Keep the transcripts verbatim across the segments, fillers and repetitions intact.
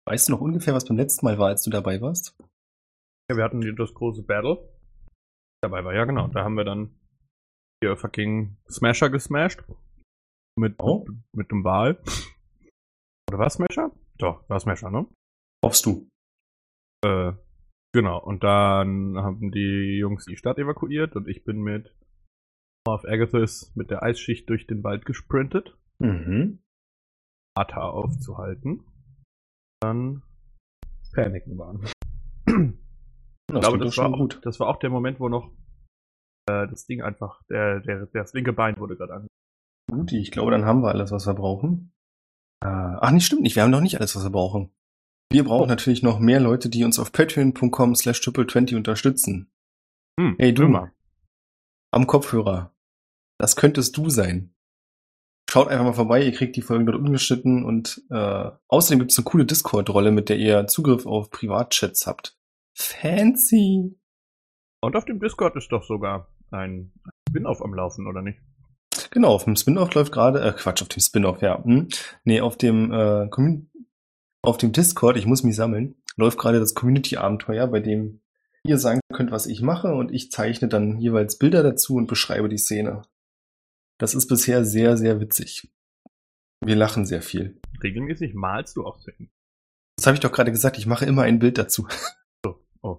Weißt du noch ungefähr, was beim letzten Mal war, als du dabei warst? Ja, wir hatten das große Battle. Dabei war ja genau. Da haben wir dann hier fucking Smasher gesmashed. Mit, Oh. mit, mit dem Wal. Oder war Smasher? Doch, war Smasher, ne? Hoffst du? Äh, genau. Und dann haben die Jungs die Stadt evakuiert und ich bin mit auf Agathis mit der Eisschicht durch den Wald gesprintet. Mhm. Ata aufzuhalten. Dann paniken waren. Das Ich glaube, klingt das doch war, schon auch, gut. das war auch der Moment, wo noch äh, das Ding einfach, der, der, das linke Bein wurde gerade an. Guti, ich glaube, dann haben wir alles, was wir brauchen. Äh, ach, nicht stimmt nicht. Wir haben noch nicht alles, was wir brauchen. Wir brauchen Oh. natürlich noch mehr Leute, die uns auf patreon.com slash triple twenty unterstützen. Hm, Hey, du. immer. Am Kopfhörer. Das könntest du sein. Schaut einfach mal vorbei, ihr kriegt die Folgen dort ungeschnitten und äh, außerdem gibt es eine coole Discord-Rolle, mit der ihr Zugriff auf Privatchats habt. Fancy. Und auf dem Discord ist doch sogar ein Spin-off am Laufen, oder nicht? Genau, auf dem Spin-off läuft gerade, äh, Quatsch, auf dem Spin-off, ja. Hm? Nee, auf dem, äh, Commun- auf dem Discord, ich muss mich sammeln, läuft gerade das Community-Abenteuer, bei dem ihr sagen könnt, was ich mache und ich zeichne dann jeweils Bilder dazu und beschreibe die Szene. Das ist bisher sehr, sehr witzig. Wir lachen sehr viel. Regelmäßig malst du auch Szenen. Das habe ich doch gerade gesagt, ich mache immer ein Bild dazu. Oh,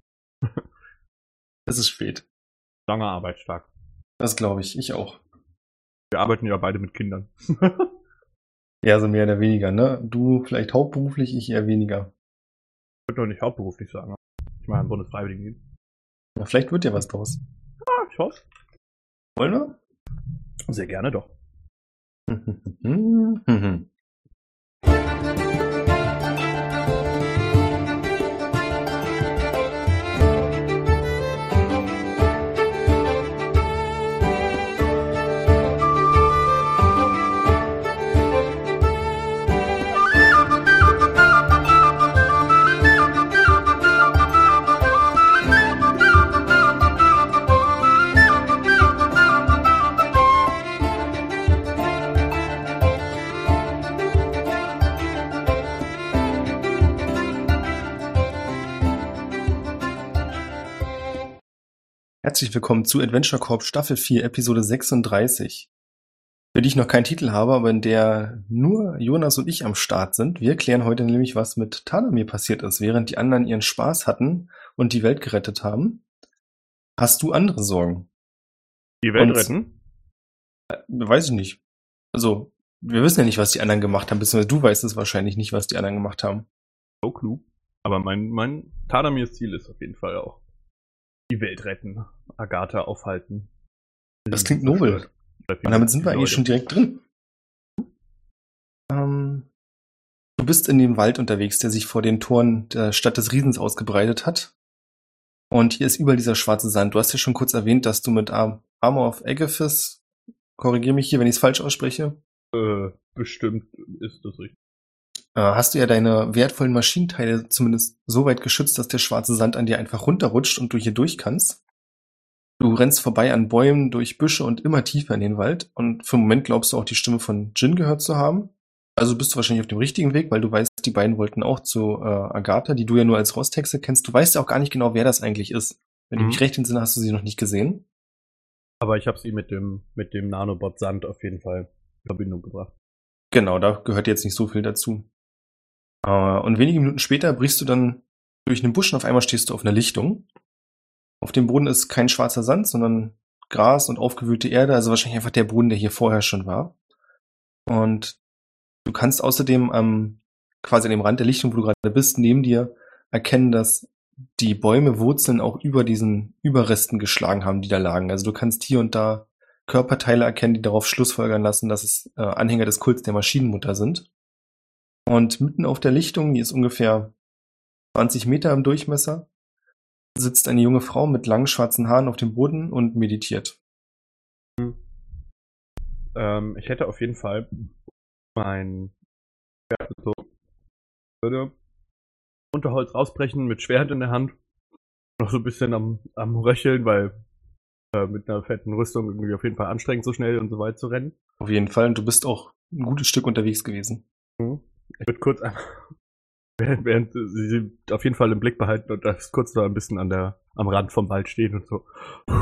Es ist spät. langer Arbeitstag. Das glaube ich, ich auch. Wir arbeiten ja beide mit Kindern. Ja, so mehr oder weniger, ne? Du vielleicht hauptberuflich, ich eher weniger. Ich würde doch nicht hauptberuflich sagen. Ich mache einen Bundesfreiwilligendienst. Ja, vielleicht wird ja was draus. Ah, ich hoffe. Wollen wir? Sehr gerne doch. Herzlich willkommen zu Adventure Corp Staffel vier, Episode sechsunddreißig. Für die ich noch keinen Titel habe, aber in der nur Jonas und ich am Start sind. Wir klären heute nämlich, was mit Tadamir passiert ist, während die anderen ihren Spaß hatten und die Welt gerettet haben. Hast du andere Sorgen? Die Welt Und- retten? Äh, Weiß ich nicht. Also, wir wissen ja nicht, was die anderen gemacht haben, beziehungsweise du weißt es wahrscheinlich nicht, was die anderen gemacht haben. So klug. Aber mein, mein Tadamirs Ziel ist auf jeden Fall auch die Welt retten. Agatha aufhalten. Das klingt nobel. Und damit sind wir eigentlich schon direkt drin. Ähm, du bist in dem Wald unterwegs, der sich vor den Toren der Stadt des Riesens ausgebreitet hat. Und hier ist überall dieser schwarze Sand. Du hast ja schon kurz erwähnt, dass du mit Ar- Armor of Agathis, korrigiere mich hier, wenn ich es falsch ausspreche, Äh, bestimmt ist das richtig. äh, hast du ja deine wertvollen Maschinenteile zumindest so weit geschützt, dass der schwarze Sand an dir einfach runterrutscht und du hier durch kannst. Du rennst vorbei an Bäumen, durch Büsche und immer tiefer in den Wald. Und für einen Moment glaubst du auch, die Stimme von Jin gehört zu haben. Also bist du wahrscheinlich auf dem richtigen Weg, weil du weißt, die beiden wollten auch zu äh, Agatha, die du ja nur als Rostexe kennst. Du weißt ja auch gar nicht genau, wer das eigentlich ist. Wenn ich Mhm. mich recht entsinne, hast du sie noch nicht gesehen. Aber ich habe sie mit dem, mit dem Nanobot Sand auf jeden Fall in Verbindung gebracht. Genau, da gehört jetzt nicht so viel dazu. Äh, und wenige Minuten später brichst du dann durch einen Busch und auf einmal stehst du auf einer Lichtung. Auf dem Boden ist kein schwarzer Sand, sondern Gras und aufgewühlte Erde, also wahrscheinlich einfach der Boden, der hier vorher schon war. Und du kannst außerdem am, quasi an dem Rand der Lichtung, wo du gerade bist, neben dir erkennen, dass die Bäume Wurzeln auch über diesen Überresten geschlagen haben, die da lagen. Also du kannst hier und da Körperteile erkennen, die darauf schlussfolgern lassen, dass es äh, Anhänger des Kults der Maschinenmutter sind. Und mitten auf der Lichtung, die ist ungefähr zwanzig Meter im Durchmesser, sitzt eine junge Frau mit langen schwarzen Haaren auf dem Boden und meditiert. Ähm, ich hätte auf jeden Fall mein Schwert gezogen. Würde Unterholz rausbrechen mit Schwert in der Hand. Noch so ein bisschen am, am Röcheln, weil äh, mit einer fetten Rüstung irgendwie auf jeden Fall anstrengend, so schnell und so weit zu rennen. Auf jeden Fall. Und du bist auch ein gutes Stück unterwegs gewesen. Mhm. Ich würde kurz einmal Während, während sie sie auf jeden Fall im Blick behalten und das kurz da ein bisschen an der, am Rand vom Wald stehen und so.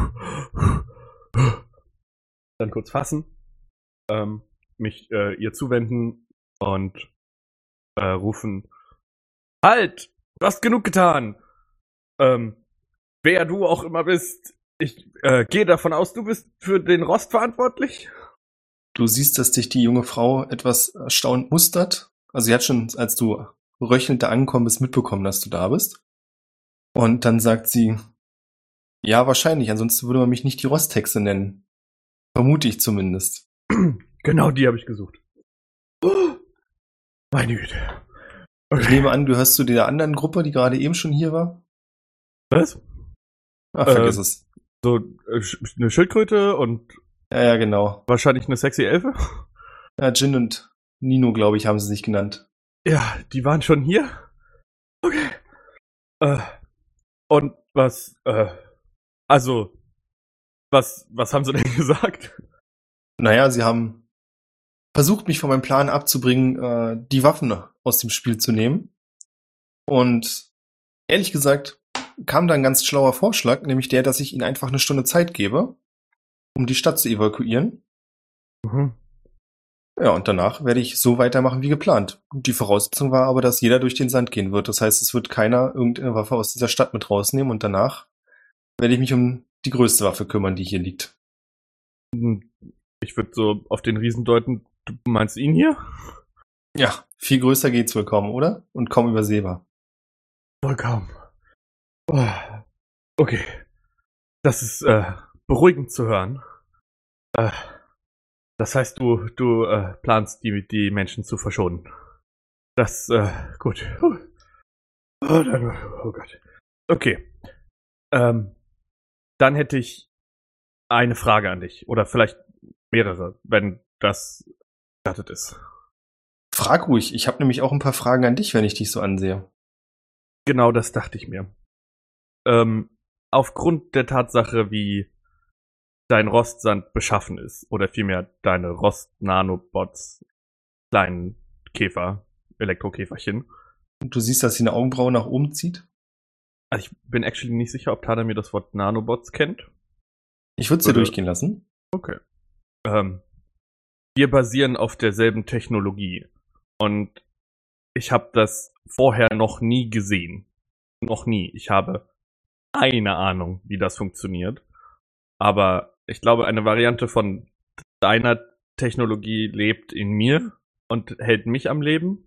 Dann kurz fassen, ähm, mich äh, ihr zuwenden und äh, rufen: Halt! Du hast genug getan! Ähm, wer du auch immer bist, ich äh, gehe davon aus, du bist für den Rost verantwortlich? Du siehst, dass dich die junge Frau etwas erstaunt mustert. Also sie hat schon, als du röchelnd da angekommen bist, mitbekommen, dass du da bist. Und dann sagt sie, ja, wahrscheinlich, ansonsten würde man mich nicht die Rosthexe nennen. Vermute ich zumindest. Genau die habe ich gesucht. Oh, meine Güte. Ich nehme an, du hörst zu der anderen Gruppe, die gerade eben schon hier war? Was? Ach, vergiss Äh, es. So äh, Sch- eine Schildkröte und Ja, ja, genau. wahrscheinlich eine sexy Elfe? Ja, Jin und Nino, glaube ich, haben sie sich genannt. Ja, die waren schon hier? Okay. Äh, und was, äh, also, was, was haben sie denn gesagt? Naja, sie haben versucht, mich von meinem Plan abzubringen, äh, die Waffen aus dem Spiel zu nehmen. Und ehrlich gesagt kam da ein ganz schlauer Vorschlag, nämlich der, dass ich ihnen einfach eine Stunde Zeit gebe, um die Stadt zu evakuieren. Mhm. Ja, und danach werde ich so weitermachen wie geplant. Die Voraussetzung war aber, dass jeder durch den Sand gehen wird. Das heißt, es wird keiner irgendeine Waffe aus dieser Stadt mit rausnehmen und danach werde ich mich um die größte Waffe kümmern, die hier liegt. Ich würde so auf den Riesen deuten, du meinst ihn hier? Ja, viel größer geht's wohl kaum, oder? Und kaum übersehbar. Vollkommen. Oh, okay. Das ist äh, beruhigend zu hören. Äh, das heißt, du, du äh, planst, die, die Menschen zu verschonen. Das, äh, gut. Oh, dann, oh Gott. Okay. Ähm, dann hätte ich eine Frage an dich. Oder vielleicht mehrere, wenn das gestattet ist. Frag ruhig, ich habe nämlich auch ein paar Fragen an dich, wenn ich dich so ansehe. Genau das dachte ich mir. Ähm, aufgrund der Tatsache, wie dein Rostsand beschaffen ist, oder vielmehr deine Rost-Nanobots, kleinen Käfer, Elektrokäferchen. Du siehst, dass sie eine Augenbraue nach oben zieht? Also ich bin actually nicht sicher, ob Tada mir das Wort Nanobots kennt. Ich würde es dir Würde- durchgehen lassen. Okay. Ähm, wir basieren auf derselben Technologie. Und ich habe das vorher noch nie gesehen. Noch nie. Ich habe eine Ahnung, wie das funktioniert. Aber ich glaube, eine Variante von deiner Technologie lebt in mir und hält mich am Leben.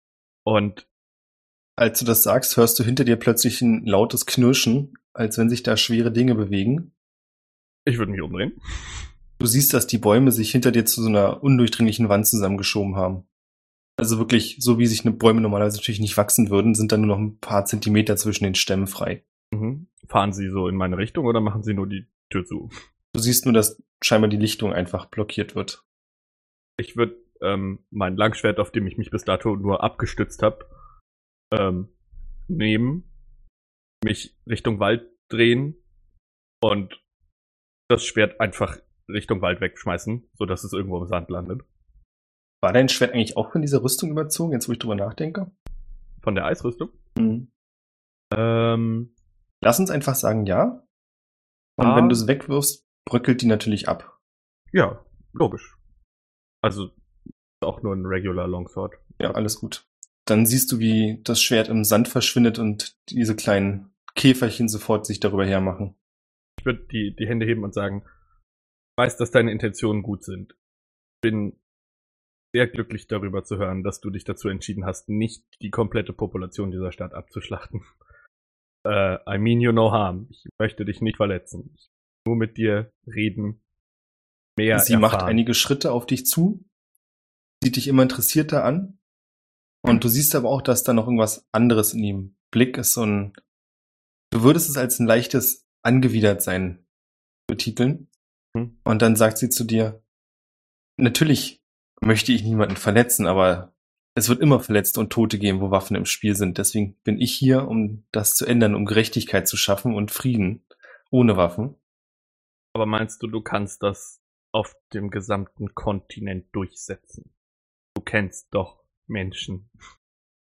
Und Als du das sagst, hörst du hinter dir plötzlich ein lautes Knirschen, als wenn sich da schwere Dinge bewegen. ich würde mich umdrehen. Du siehst, dass die Bäume sich hinter dir zu so einer undurchdringlichen Wand zusammengeschoben haben. Also wirklich, so wie sich eine Bäume normalerweise natürlich nicht wachsen würden, sind da nur noch ein paar Zentimeter zwischen den Stämmen frei. Mhm. Fahren sie so in meine Richtung oder machen sie nur die Tür zu? Du siehst nur, dass scheinbar die Lichtung einfach blockiert wird. Ich würde ähm, mein Langschwert, auf dem ich mich bis dato nur abgestützt habe, ähm, nehmen, mich Richtung Wald drehen und das Schwert einfach Richtung Wald wegschmeißen, sodass es irgendwo im Sand landet. War dein Schwert eigentlich auch von dieser Rüstung überzogen, jetzt wo ich drüber nachdenke? Von der Eisrüstung? Mhm. Ähm, Lass uns einfach sagen, ja. Und Ah. wenn du es wegwirfst, bröckelt die natürlich ab. ja, logisch. Also auch nur ein regular Longsword. Ja, alles gut. Dann siehst du, wie das Schwert im Sand verschwindet und diese kleinen Käferchen sofort sich darüber hermachen. Ich würde die, die Hände heben und sagen, ich weiß, dass deine Intentionen gut sind. Ich bin sehr glücklich darüber zu hören, dass du dich dazu entschieden hast, nicht die komplette Population dieser Stadt abzuschlachten. Äh, I mean you no harm. Ich möchte dich nicht verletzen. Ich will nur mit dir reden, mehr Sie erfahren. macht einige Schritte auf dich zu, sieht dich immer interessierter an. Und du siehst aber auch, dass da noch irgendwas anderes in ihrem Blick ist. So ein, du würdest es als ein leichtes Angewidertsein betiteln. Hm. Und dann sagt sie zu dir, natürlich möchte ich niemanden verletzen, aber es wird immer Verletzte und Tote geben, wo Waffen im Spiel sind. Deswegen bin ich hier, um das zu ändern, um Gerechtigkeit zu schaffen und Frieden ohne Waffen. Aber meinst du, du kannst das auf dem gesamten Kontinent durchsetzen? Du kennst doch Menschen.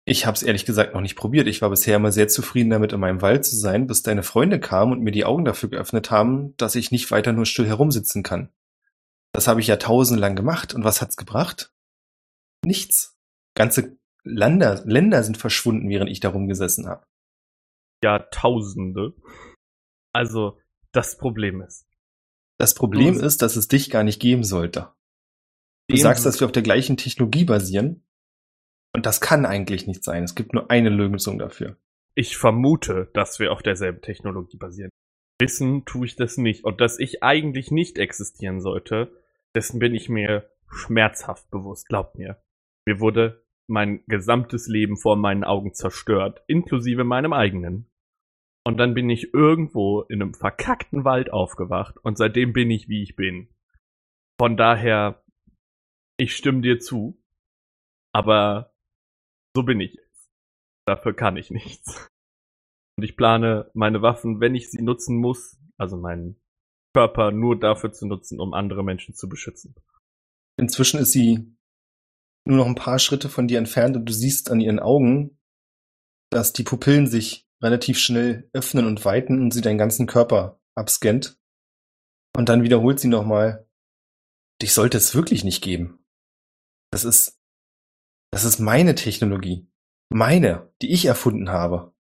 Ich habe es ehrlich gesagt noch nicht probiert. Ich war bisher immer sehr zufrieden damit, in meinem Wald zu sein, bis deine Freunde kamen und mir die Augen dafür geöffnet haben, dass ich nicht weiter nur still herumsitzen kann. Das habe ich jahrtausendelang gemacht. Und was hat's gebracht? Nichts. Ganze Länder, Länder sind verschwunden, während ich da rumgesessen habe. Jahrtausende. Also, das Problem ist. Das Problem Du- ist, dass es dich gar nicht geben sollte. Du Dem- sagst, dass wir auf der gleichen Technologie basieren. Und das kann eigentlich nicht sein. Es gibt nur eine Lösung dafür. Ich vermute, dass wir auf derselben Technologie basieren. Wissen tue ich das nicht. Und dass ich eigentlich nicht existieren sollte, dessen bin ich mir schmerzhaft bewusst. Glaubt mir. Mir wurde mein gesamtes Leben vor meinen Augen zerstört, inklusive meinem eigenen. Und dann bin ich irgendwo in einem verkackten Wald aufgewacht und seitdem bin ich, wie ich bin. Von daher, ich stimme dir zu, aber so bin ich jetzt. Dafür kann ich nichts. Und ich plane, meine Waffen, wenn ich sie nutzen muss, also meinen Körper nur dafür zu nutzen, um andere Menschen zu beschützen. Inzwischen ist sie nur noch ein paar Schritte von dir entfernt und du siehst an ihren Augen, dass die Pupillen sich relativ schnell öffnen und weiten und sie deinen ganzen Körper abscannt. Und dann wiederholt sie nochmal, dich sollte es wirklich nicht geben. Das ist, das ist meine Technologie. Meine, die ich erfunden habe.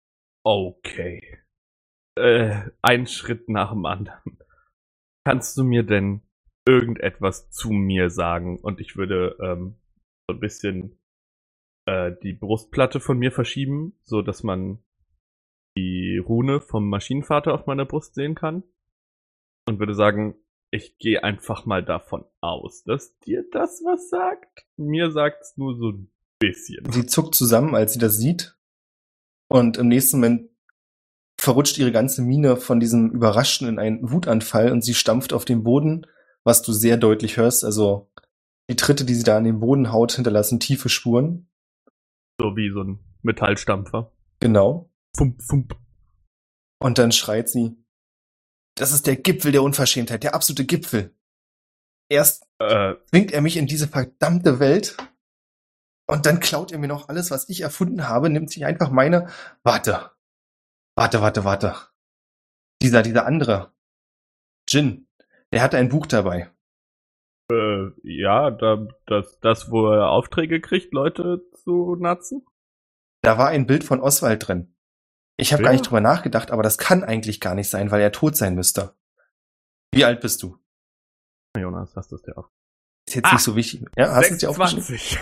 Okay. Äh, ein Schritt nach dem anderen. Kannst du mir denn irgendetwas zu mir sagen? Und ich würde ähm, so ein bisschen äh, die Brustplatte von mir verschieben, so dass man die Rune vom Maschinenvater auf meiner Brust sehen kann. Und würde sagen, ich gehe einfach mal davon aus, dass dir das was sagt. Mir sagt's nur so ein bisschen. Sie zuckt zusammen, als sie das sieht. Und im nächsten Moment verrutscht ihre ganze Miene von diesem Überraschten in einen Wutanfall und sie stampft auf den Boden, was du sehr deutlich hörst. Also die Tritte, die sie da an den Boden haut, hinterlassen tiefe Spuren. So wie so ein Metallstampfer. Genau. Fump, fump. Und dann schreit sie, das ist der Gipfel der Unverschämtheit, der absolute Gipfel. Erst Äh, zwingt er mich in diese verdammte Welt und dann klaut er mir noch alles, was ich erfunden habe, nimmt sich einfach meine... Warte, warte, warte, warte. Dieser, dieser andere, Jin, der hatte ein Buch dabei. äh, ja, da, das, das, wo er Aufträge kriegt, Leute zu natzen? Da war ein Bild von Oswald drin. Ich habe Ja. gar nicht drüber nachgedacht, aber das kann eigentlich gar nicht sein, weil er tot sein müsste. Wie alt bist du? Jonas, hast du es dir auf? Ist jetzt Ah, nicht so wichtig. Ja, hast du es dir aufgeschrieben? sechsundzwanzig.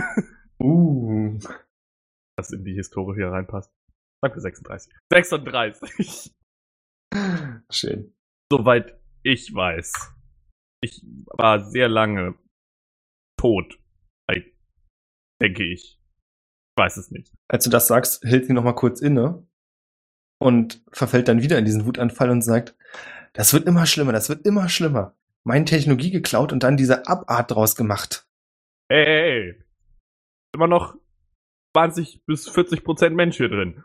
Uh. Was in die Historie hier reinpasst. Sag mir sechsunddreißig. sechsunddreißig. Schön. Soweit ich weiß. Ich war sehr lange tot. I- Denke ich. Ich weiß es nicht. Als du das sagst, hält sie noch mal kurz inne und verfällt dann wieder in diesen Wutanfall und sagt, das wird immer schlimmer, das wird immer schlimmer. Meine Technologie geklaut und dann diese Abart draus gemacht. Ey, ey, ey. Immer noch zwanzig bis vierzig Prozent Mensch hier drin.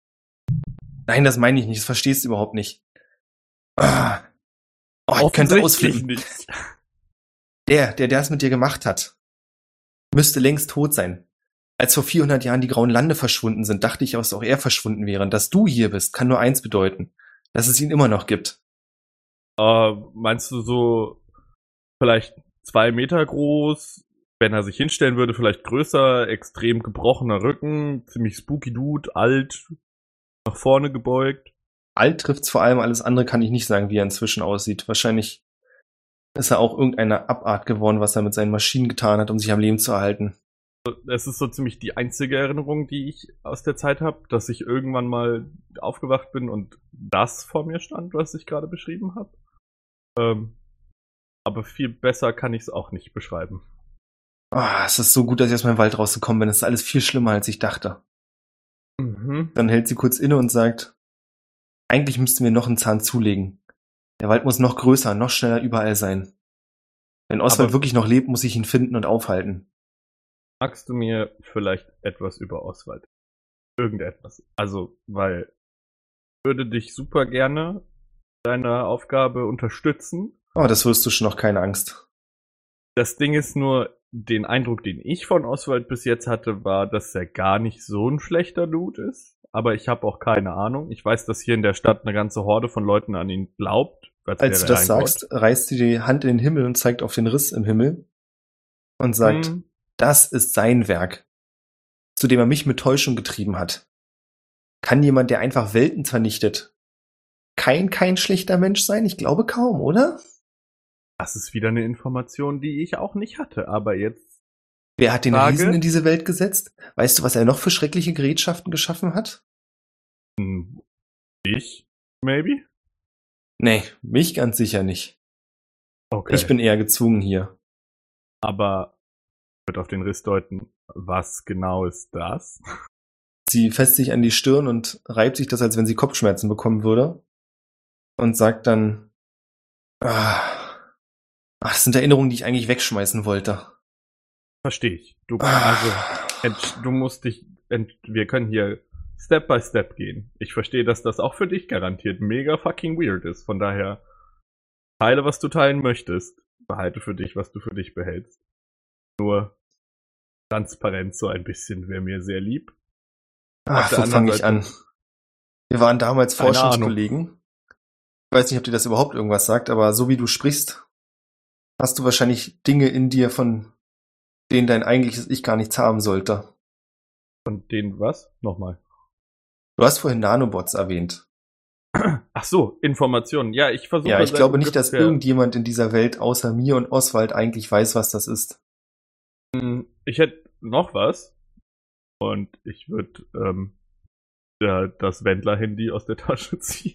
Nein, das meine ich nicht, das verstehst du überhaupt nicht. Ah. Oh, ich könnte ausflippen. nicht. Der, der das mit dir gemacht hat, müsste längst tot sein. Als vor vierhundert Jahren die Grauen Lande verschwunden sind, dachte ich, dass auch er verschwunden wäre. Und dass du hier bist, kann nur eins bedeuten, dass es ihn immer noch gibt. Äh, meinst du so vielleicht zwei Meter groß, wenn er sich hinstellen würde, vielleicht größer, extrem gebrochener Rücken, ziemlich spooky Dude, alt, nach vorne gebeugt? Alt trifft's vor allem, alles andere kann ich nicht sagen, wie er inzwischen aussieht. Wahrscheinlich ist er auch irgendeine Abart geworden, was er mit seinen Maschinen getan hat, um sich am Leben zu erhalten. Es ist so ziemlich die einzige Erinnerung, die ich aus der Zeit habe, dass ich irgendwann mal aufgewacht bin und das vor mir stand, was ich gerade beschrieben habe. Ähm, aber viel besser kann ich es auch nicht beschreiben. Ah, es ist so gut, dass ich aus meinem Wald rausgekommen bin. Es ist alles viel schlimmer, als ich dachte. Mhm. Dann hält sie kurz inne und sagt, eigentlich müssten wir noch einen Zahn zulegen. Der Wald muss noch größer, noch schneller überall sein. Wenn Oswald Aber- wirklich noch lebt, muss ich ihn finden und aufhalten. Magst du mir vielleicht etwas über Oswald? Irgendetwas. Also, weil ich würde dich super gerne deiner Aufgabe unterstützen. Oh, das wirst du schon, noch keine Angst. Das Ding ist nur, den Eindruck, den ich von Oswald bis jetzt hatte, war, dass er gar nicht so ein schlechter Dude ist. Aber ich habe auch keine Ahnung. Ich weiß, dass hier in der Stadt eine ganze Horde von Leuten an ihn glaubt. Als du das sagst, Gott. reißt sie die Hand in den Himmel und zeigt auf den Riss im Himmel und sagt, hm. das ist sein Werk, zu dem er mich mit Täuschung getrieben hat. Kann jemand, der einfach Welten vernichtet, kein, kein schlechter Mensch sein? Ich glaube kaum, oder? Das ist wieder eine Information, die ich auch nicht hatte, aber jetzt... Wer hat den Frage, Riesen in diese Welt gesetzt? Weißt du, was er noch für schreckliche Gerätschaften geschaffen hat? Ich? Maybe? Nee, mich ganz sicher nicht. Okay. Ich bin eher gezwungen hier. Aber wird auf den Riss deuten, was genau ist das? Sie fässt sich an die Stirn und reibt sich das, als wenn sie Kopfschmerzen bekommen würde. Und sagt dann, ah, ach, das sind Erinnerungen, die ich eigentlich wegschmeißen wollte. Verstehe ich. Du, also, ent, du musst dich, ent, wir können hier Step by Step gehen. Ich verstehe, dass das auch für dich garantiert mega fucking weird ist. Von daher, teile, was du teilen möchtest. Behalte für dich, was du für dich behältst. Nur Transparenz so ein bisschen wäre mir sehr lieb. Ach, wo fange ich an? Wir waren damals Forschungskollegen. Ich weiß nicht, ob dir das überhaupt irgendwas sagt, aber so wie du sprichst, hast du wahrscheinlich Dinge in dir, von denen dein eigentliches Ich gar nichts haben sollte. Von denen was? Nochmal. Du hast vorhin Nanobots erwähnt. Ach so, Informationen. Ja, ich versuche... Ja, ich glaube nicht, dass irgendjemand in dieser Welt außer mir und Oswald eigentlich weiß, was das ist. Ich hätte noch was. Und ich würde ähm, ja, das Wendler-Handy aus der Tasche ziehen.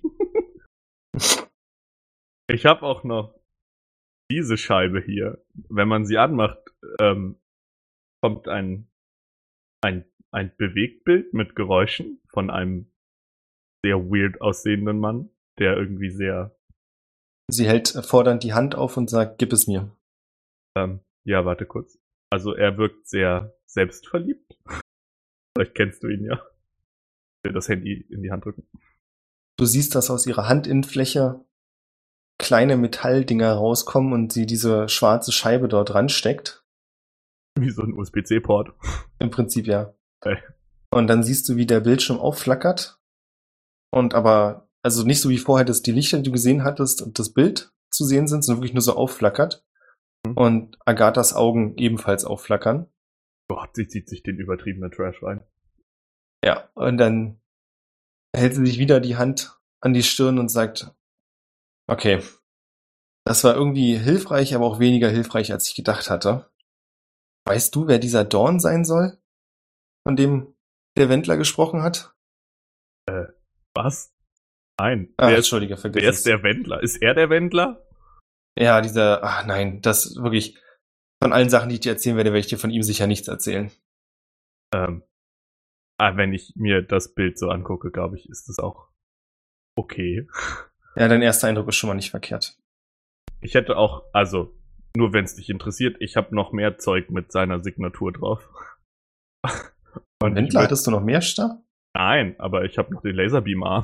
Ich habe auch noch diese Scheibe hier. Wenn man sie anmacht, ähm, kommt ein, ein, ein Bewegtbild mit Geräuschen von einem sehr weird aussehenden Mann, der irgendwie sehr... Sie hält fordernd die Hand auf und sagt, gib es mir. Ähm, ja, warte kurz. Also er wirkt sehr selbstverliebt. Vielleicht kennst du ihn ja. Ich will das Handy in die Hand drücken. Du siehst, dass aus ihrer Handinnenfläche kleine Metalldinger rauskommen und sie diese schwarze Scheibe dort ransteckt. Wie so ein U S B C Port. Im Prinzip ja. Okay. Und dann siehst du, wie der Bildschirm aufflackert. Und aber, also nicht so wie vorher, dass die Lichter, die du gesehen hattest, und das Bild zu sehen sind, sondern wirklich nur so aufflackert. Mhm. Und Agathas Augen ebenfalls aufflackern. Gott, sie zieht sich den übertriebenen Trash rein. Ja, und dann hält sie sich wieder die Hand an die Stirn und sagt, okay, das war irgendwie hilfreich, aber auch weniger hilfreich, als ich gedacht hatte. Weißt du, wer dieser Dorn sein soll, von dem der Wendler gesprochen hat? Äh, was? Nein. Ah, wer Entschuldige, ist, vergiss Wer es. ist der Wendler? Ist er der Wendler? Ja, dieser, ach nein, das wirklich, von allen Sachen, die ich dir erzählen werde, werde ich dir von ihm sicher nichts erzählen. Ähm, ah, wenn ich mir das Bild so angucke, glaube ich, ist das auch okay. Ja, dein erster Eindruck ist schon mal nicht verkehrt. Ich hätte auch, also, nur wenn es dich interessiert, ich habe noch mehr Zeug mit seiner Signatur drauf. Und Wendler, hattest du noch mehr Star? Nein, aber ich habe noch den Laserbeam-Arm.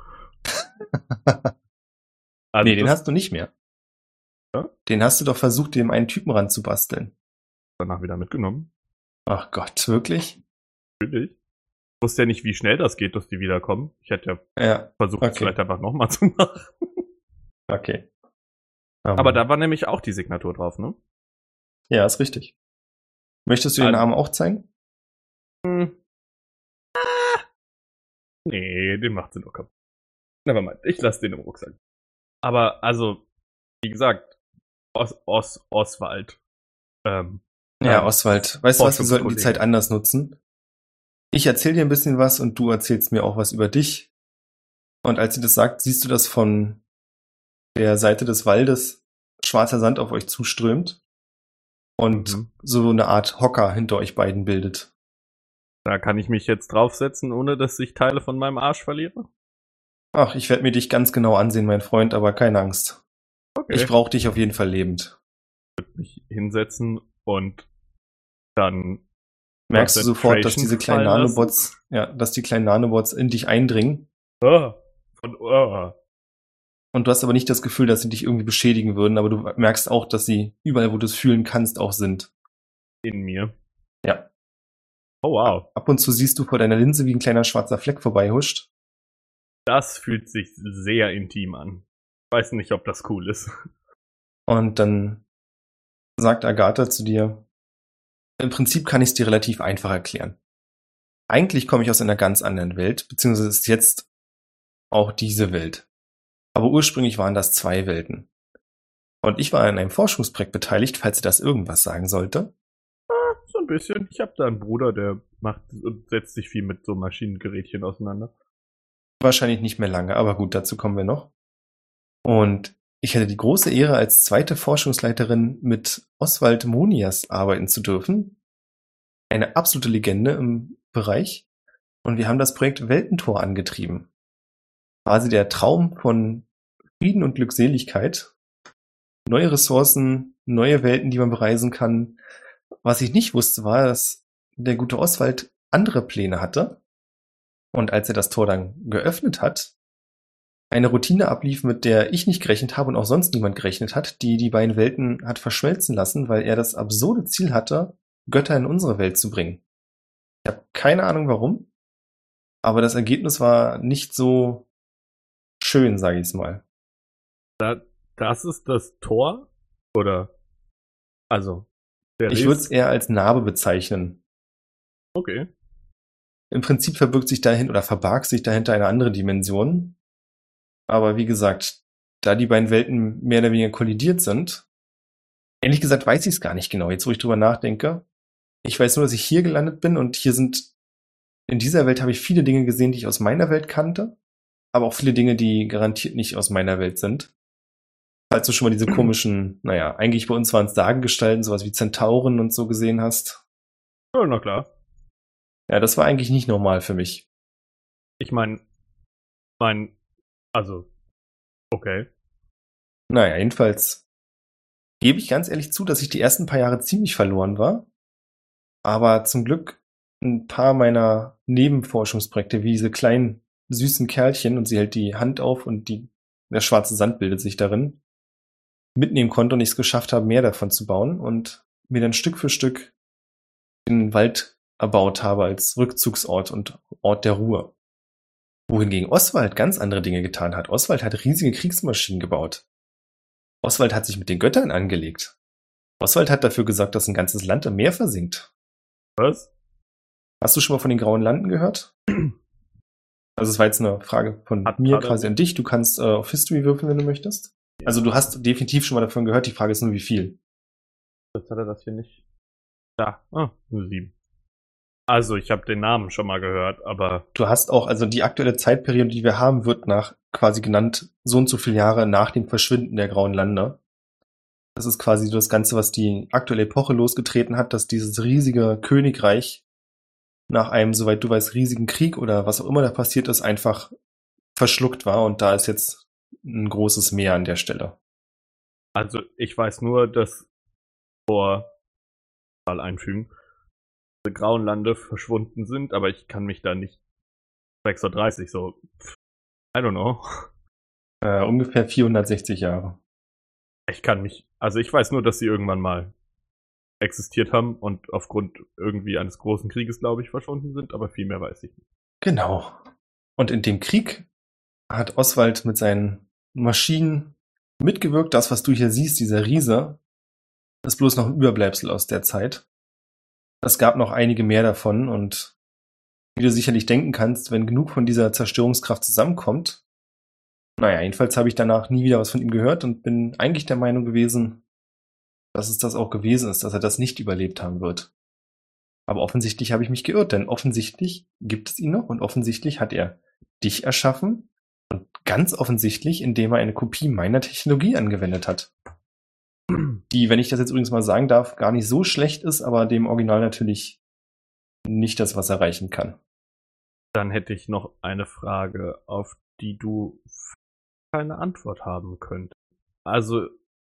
Also nee, den hast du nicht mehr. Ja? Den hast du doch versucht, dem einen Typen ranzubasteln. Danach wieder mitgenommen. Ach Gott, wirklich? Natürlich. Ich wusste ja nicht, wie schnell das geht, dass die wiederkommen. Ich hätte ja, ja versucht, okay. es vielleicht einfach nochmal zu machen. Okay. Um. Aber da war nämlich auch die Signatur drauf, ne? Ja, ist richtig. Möchtest du den Arm auch zeigen? Hm. Ah. Nee, den macht sie doch kaputt. Nevermind, ich lasse den im Rucksack. Aber, also, wie gesagt, Os, Os, Oswald. Ähm, ja, Oswald. Weißt du was, wir sollten die Zeit anders nutzen. Ich erzähle dir ein bisschen was und du erzählst mir auch was über dich. Und als sie das sagt, siehst du, dass von der Seite des Waldes schwarzer Sand auf euch zuströmt und mhm. so eine Art Hocker hinter euch beiden bildet. Da kann ich mich jetzt draufsetzen, ohne dass ich Teile von meinem Arsch verliere? Ach, ich werde mir dich ganz genau ansehen, mein Freund, aber keine Angst. Okay. Ich brauche dich auf jeden Fall lebend. Ich würde mich hinsetzen und dann merkst du sofort, dass diese kleinen Nanobots, ja, dass die kleinen Nanobots in dich eindringen. Oh, von, oh. Und du hast aber nicht das Gefühl, dass sie dich irgendwie beschädigen würden, aber du merkst auch, dass sie überall, wo du es fühlen kannst, auch sind. In mir. Ja. Oh wow. Ab und zu siehst du vor deiner Linse, wie ein kleiner schwarzer Fleck vorbeihuscht. Das fühlt sich sehr intim an. Ich weiß nicht, ob das cool ist. Und dann sagt Agatha zu dir, im Prinzip kann ich es dir relativ einfach erklären. Eigentlich komme ich aus einer ganz anderen Welt, beziehungsweise ist jetzt auch diese Welt. Aber ursprünglich waren das zwei Welten. Und ich war an einem Forschungsprojekt beteiligt, falls ihr das irgendwas sagen sollte. Ah, so ein bisschen. Ich habe da einen Bruder, der macht und setzt sich viel mit so Maschinengerätchen auseinander. Wahrscheinlich nicht mehr lange, aber gut, dazu kommen wir noch. Und ich hatte die große Ehre, als zweite Forschungsleiterin mit Oswald Monias arbeiten zu dürfen. Eine absolute Legende im Bereich. Und wir haben das Projekt Weltentor angetrieben. Quasi der Traum von Frieden und Glückseligkeit. Neue Ressourcen, neue Welten, die man bereisen kann. Was ich nicht wusste, war, dass der gute Oswald andere Pläne hatte. Und als er das Tor dann geöffnet hat, eine Routine ablief, mit der ich nicht gerechnet habe und auch sonst niemand gerechnet hat, die die beiden Welten hat verschmelzen lassen, weil er das absurde Ziel hatte, Götter in unsere Welt zu bringen. Ich habe keine Ahnung warum, aber das Ergebnis war nicht so schön, sage ich es mal. Da, das ist das Tor? Oder? Also, der Ich würde es eher als Narbe bezeichnen. Okay. Im Prinzip verbirgt sich dahin oder verbarg sich dahinter eine andere Dimension. Aber wie gesagt, da die beiden Welten mehr oder weniger kollidiert sind, ehrlich gesagt weiß ich es gar nicht genau, jetzt wo ich drüber nachdenke. Ich weiß nur, dass ich hier gelandet bin und hier sind, in dieser Welt habe ich viele Dinge gesehen, die ich aus meiner Welt kannte, aber auch viele Dinge, die garantiert nicht aus meiner Welt sind. Falls du schon mal diese komischen, naja, eigentlich bei uns waren es Sagengestalten, sowas wie Zentauren und so gesehen hast. Ja, na klar. Ja, das war eigentlich nicht normal für mich. Ich meine, mein, also, okay. Naja, jedenfalls gebe ich ganz ehrlich zu, dass ich die ersten paar Jahre ziemlich verloren war. Aber zum Glück ein paar meiner Nebenforschungsprojekte, wie diese kleinen süßen Kerlchen, und sie hält die Hand auf und die, der schwarze Sand bildet sich darin, mitnehmen konnte und ich es geschafft habe, mehr davon zu bauen und mir dann Stück für Stück den Wald erbaut habe als Rückzugsort und Ort der Ruhe. Wohingegen Oswald ganz andere Dinge getan hat. Oswald hat riesige Kriegsmaschinen gebaut. Oswald hat sich mit den Göttern angelegt. Oswald hat dafür gesorgt, dass ein ganzes Land im Meer versinkt. Was? Hast du schon mal von den Grauen Landen gehört? Also es war jetzt eine Frage von Hat mir gerade- quasi an dich. Du kannst äh, auf History würfeln, wenn du möchtest. Also du hast definitiv schon mal davon gehört. Die Frage ist nur, wie viel. Jetzt hat er das hier nicht. Da. Ah, eine sieben. Also, ich habe den Namen schon mal gehört, aber Du hast auch, also die aktuelle Zeitperiode, die wir haben, wird nach quasi genannt, so und so viele Jahre nach dem Verschwinden der Grauen Lande. Das ist quasi das Ganze, was die aktuelle Epoche losgetreten hat, dass dieses riesige Königreich nach einem, soweit du weißt, riesigen Krieg oder was auch immer da passiert ist, einfach verschluckt war und da ist jetzt ein großes Meer an der Stelle. also ich weiß nur, dass vor mal einfügen, die Grauen Lande verschwunden sind, aber ich kann mich da nicht sechsunddreißig so I don't know. Äh, ungefähr vierhundertsechzig Jahre. Ich kann mich, also ich weiß nur, dass sie irgendwann mal existiert haben und aufgrund irgendwie eines großen Krieges, glaube ich, verschwunden sind, aber viel mehr weiß ich nicht. Genau. Und in dem Krieg hat Oswald mit seinen Maschinen mitgewirkt. Das, was du hier siehst, dieser Riese, ist bloß noch ein Überbleibsel aus der Zeit. Es gab noch einige mehr davon und wie du sicherlich denken kannst, wenn genug von dieser Zerstörungskraft zusammenkommt, naja, jedenfalls habe ich danach nie wieder was von ihm gehört und bin eigentlich der Meinung gewesen, dass es das auch gewesen ist, dass er das nicht überlebt haben wird. Aber offensichtlich habe ich mich geirrt, denn offensichtlich gibt es ihn noch und offensichtlich hat er dich erschaffen und ganz offensichtlich, indem er eine Kopie meiner Technologie angewendet hat. Die, wenn ich das jetzt übrigens mal sagen darf, gar nicht so schlecht ist, aber dem Original natürlich nicht das, was erreichen kann. Dann hätte ich noch eine Frage, auf die du keine Antwort haben könntest. Also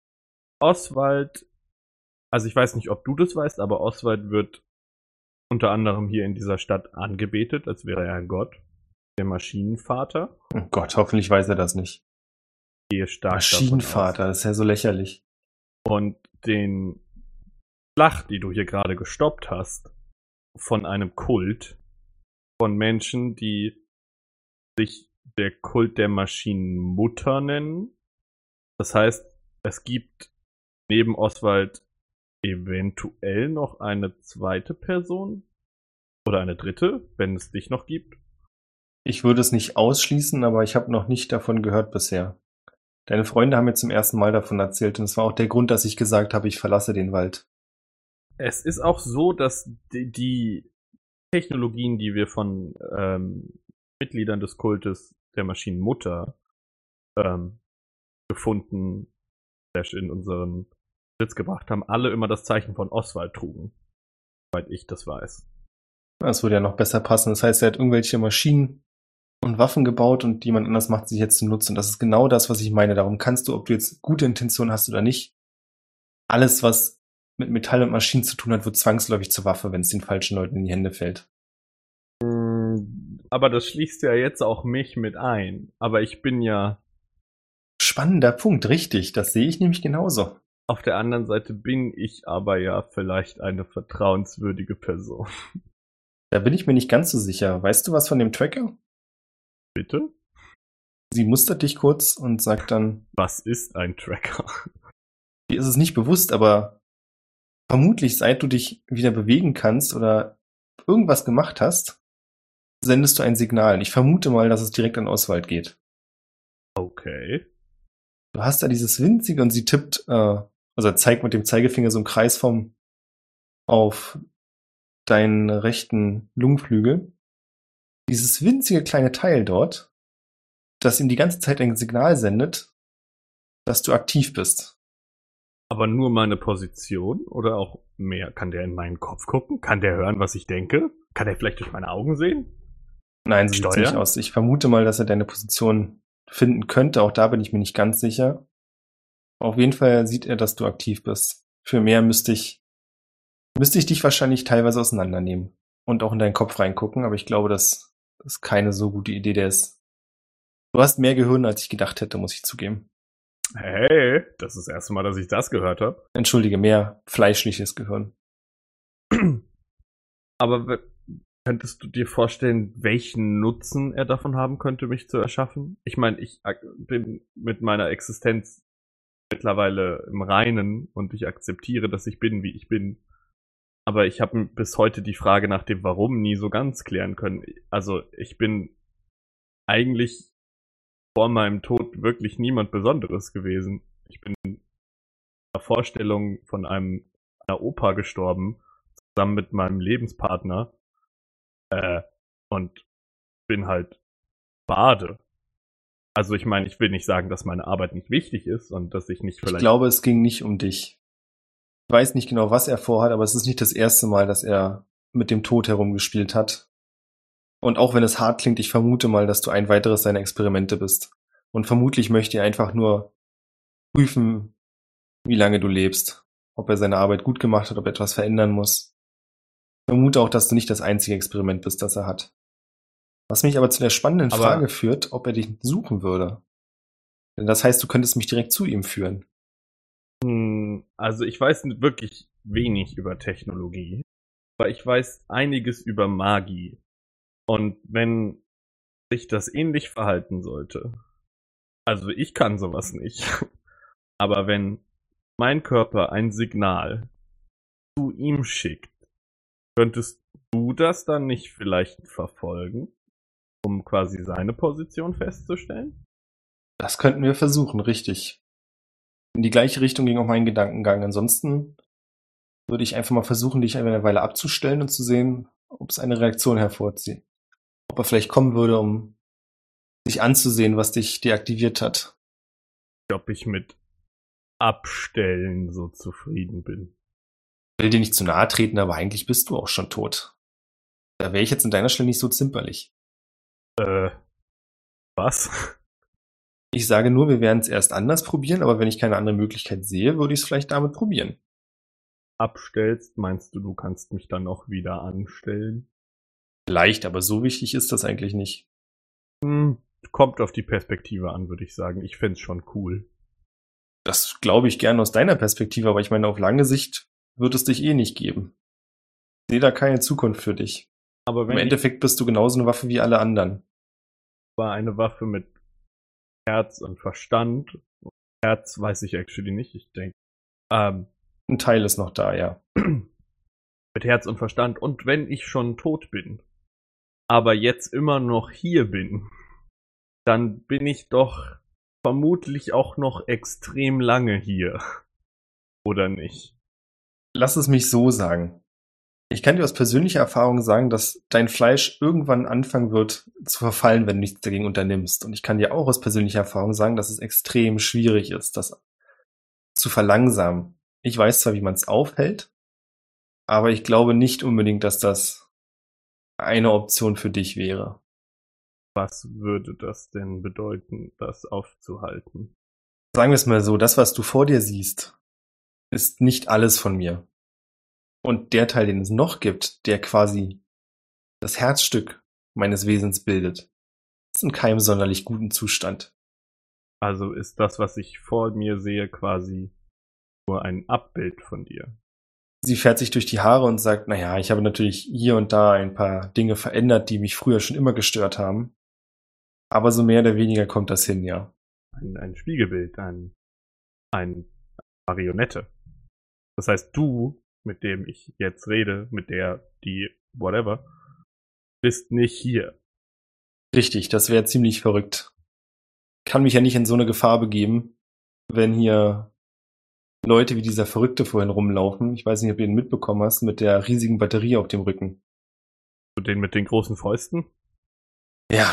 Oswald, also ich weiß nicht, ob du das weißt, aber Oswald wird unter anderem hier in dieser Stadt angebetet, als wäre er ein Gott, der Maschinenvater. Oh Gott, hoffentlich weiß er das nicht. gehe stark davon aus. Maschinenvater, das ist ja so lächerlich. Und den Schlacht, die du hier gerade gestoppt hast, von einem Kult, von Menschen, die sich der Kult der Maschinenmutter nennen. Das heißt, es gibt neben Oswald eventuell noch eine zweite Person oder eine dritte, wenn es dich noch gibt. Ich würde es nicht ausschließen, aber ich habe noch nicht davon gehört bisher. Deine Freunde haben mir zum ersten Mal davon erzählt und es war auch der Grund, dass ich gesagt habe, ich verlasse den Wald. Es ist auch so, dass die, die Technologien, die wir von ähm, Mitgliedern des Kultes der Maschinenmutter ähm, gefunden, in unseren Sitz gebracht haben, alle immer das Zeichen von Oswald trugen, soweit ich das weiß. Das würde ja noch besser passen. Das heißt, er hat irgendwelche Maschinen und Waffen gebaut und jemand anders macht sich jetzt zunutze. Und das ist genau das, was ich meine. Darum kannst du, ob du jetzt gute Intentionen hast oder nicht, alles, was mit Metall und Maschinen zu tun hat, wird zwangsläufig zur Waffe, wenn es den falschen Leuten in die Hände fällt. Aber das schließt ja jetzt auch mich mit ein. Aber ich bin ja... Spannender Punkt, richtig. Das sehe ich nämlich genauso. Auf der anderen Seite bin ich aber ja vielleicht eine vertrauenswürdige Person. Da bin ich mir nicht ganz so sicher. Weißt du was von dem Tracker? Bitte? Sie mustert dich kurz und sagt dann... Was ist ein Tracker? Dir ist es nicht bewusst, aber vermutlich, seit du dich wieder bewegen kannst oder irgendwas gemacht hast, sendest du ein Signal. Und ich vermute mal, dass es direkt an Oswald geht. Okay. Du hast da dieses winzige und sie tippt, äh, also er zeigt mit dem Zeigefinger so einen Kreis vom auf deinen rechten Lungenflügel. Dieses winzige kleine Teil dort, das ihm die ganze Zeit ein Signal sendet, dass du aktiv bist. Aber nur meine Position oder auch mehr? Kann der in meinen Kopf gucken? Kann der hören, was ich denke? Kann er vielleicht durch meine Augen sehen? Nein, so sieht's nicht aus. Ich vermute mal, dass er deine Position finden könnte. Auch da bin ich mir nicht ganz sicher. Auf jeden Fall sieht er, dass du aktiv bist. Für mehr müsste ich, müsste ich dich wahrscheinlich teilweise auseinandernehmen und auch in deinen Kopf reingucken. Aber ich glaube, das ist keine so gute Idee. Der ist, du hast mehr Gehirn, als ich gedacht hätte, muss ich zugeben. Hey, das ist das erste Mal, dass ich das gehört habe. Entschuldige, mehr fleischliches Gehirn. Aber könntest du dir vorstellen, welchen Nutzen er davon haben könnte, mich zu erschaffen? Ich meine, ich bin mit meiner Existenz mittlerweile im Reinen und ich akzeptiere, dass ich bin, wie ich bin. Aber ich habe bis heute die Frage nach dem Warum nie so ganz klären können. Also ich bin eigentlich vor meinem Tod wirklich niemand Besonderes gewesen. Ich bin in einer Vorstellung von einem einer Opa gestorben, zusammen mit meinem Lebenspartner. Äh, und bin halt Bade. Also ich meine, ich will nicht sagen, dass meine Arbeit nicht wichtig ist und dass ich nicht vielleicht... Ich glaube, es ging nicht um dich. Ich weiß nicht genau, was er vorhat, aber es ist nicht das erste Mal, dass er mit dem Tod herumgespielt hat. Und auch wenn es hart klingt, ich vermute mal, dass du ein weiteres seiner Experimente bist. Und vermutlich möchte er einfach nur prüfen, wie lange du lebst. Ob er seine Arbeit gut gemacht hat, ob er etwas verändern muss. Ich vermute auch, dass du nicht das einzige Experiment bist, das er hat. Was mich aber zu der spannenden Aber Frage führt, ob er dich suchen würde. Denn das heißt, du könntest mich direkt zu ihm führen. Also ich weiß wirklich wenig über Technologie, aber ich weiß einiges über Magie. Und wenn sich das ähnlich verhalten sollte, also ich kann sowas nicht, aber wenn mein Körper ein Signal zu ihm schickt, könntest du das dann nicht vielleicht verfolgen, um quasi seine Position festzustellen? Das könnten wir versuchen, richtig. In die gleiche Richtung ging auch mein Gedankengang. Ansonsten würde ich einfach mal versuchen, dich eine Weile abzustellen und zu sehen, ob es eine Reaktion hervorzieht. Ob er vielleicht kommen würde, um sich anzusehen, was dich deaktiviert hat. Ob ich mit Abstellen so zufrieden bin. Ich will dir nicht zu nahe treten, aber eigentlich bist du auch schon tot. Da wäre ich jetzt an deiner Stelle nicht so zimperlich. Äh, was? Ich sage nur, wir werden es erst anders probieren, aber wenn ich keine andere Möglichkeit sehe, würde ich es vielleicht damit probieren. Abstellst, meinst du, du kannst mich dann auch wieder anstellen? Vielleicht, aber so wichtig ist das eigentlich nicht. Hm, kommt auf die Perspektive an, würde ich sagen. Ich find's schon cool. Das glaube ich gern aus deiner Perspektive, aber ich meine, auf lange Sicht wird es dich eh nicht geben. Ich sehe da keine Zukunft für dich. Aber wenn Im Endeffekt bist du genauso eine Waffe wie alle anderen. war eine Waffe mit Herz und Verstand. Herz weiß ich actually nicht, ich denke. Ähm, Ein Teil ist noch da, ja. mit Herz und Verstand. Und wenn ich schon tot bin, aber jetzt immer noch hier bin, dann bin ich doch vermutlich auch noch extrem lange hier. Oder nicht? Lass es mich so sagen. Ich kann dir aus persönlicher Erfahrung sagen, dass dein Fleisch irgendwann anfangen wird zu verfallen, wenn du nichts dagegen unternimmst. Und ich kann dir auch aus persönlicher Erfahrung sagen, dass es extrem schwierig ist, das zu verlangsamen. Ich weiß zwar, wie man es aufhält, aber ich glaube nicht unbedingt, dass das eine Option für dich wäre. Was würde das denn bedeuten, das aufzuhalten? Sagen wir es mal so, das, was du vor dir siehst, ist nicht alles von mir. Und der Teil, den es noch gibt, der quasi das Herzstück meines Wesens bildet, ist in keinem sonderlich guten Zustand. Also ist das, was ich vor mir sehe, quasi nur ein Abbild von dir. Sie fährt sich durch die Haare und sagt, naja, ich habe natürlich hier und da ein paar Dinge verändert, die mich früher schon immer gestört haben. Aber so mehr oder weniger kommt das hin, ja. Ein, ein Spiegelbild, ein, ein Marionette. Das heißt, du, mit dem ich jetzt rede, mit der, die, whatever, bist nicht hier. Richtig, das wäre ziemlich verrückt. Kann mich ja nicht in so eine Gefahr begeben, wenn hier Leute wie dieser Verrückte vorhin rumlaufen. Ich weiß nicht, ob du ihn mitbekommen hast, mit der riesigen Batterie auf dem Rücken. Du den mit den großen Fäusten? Ja,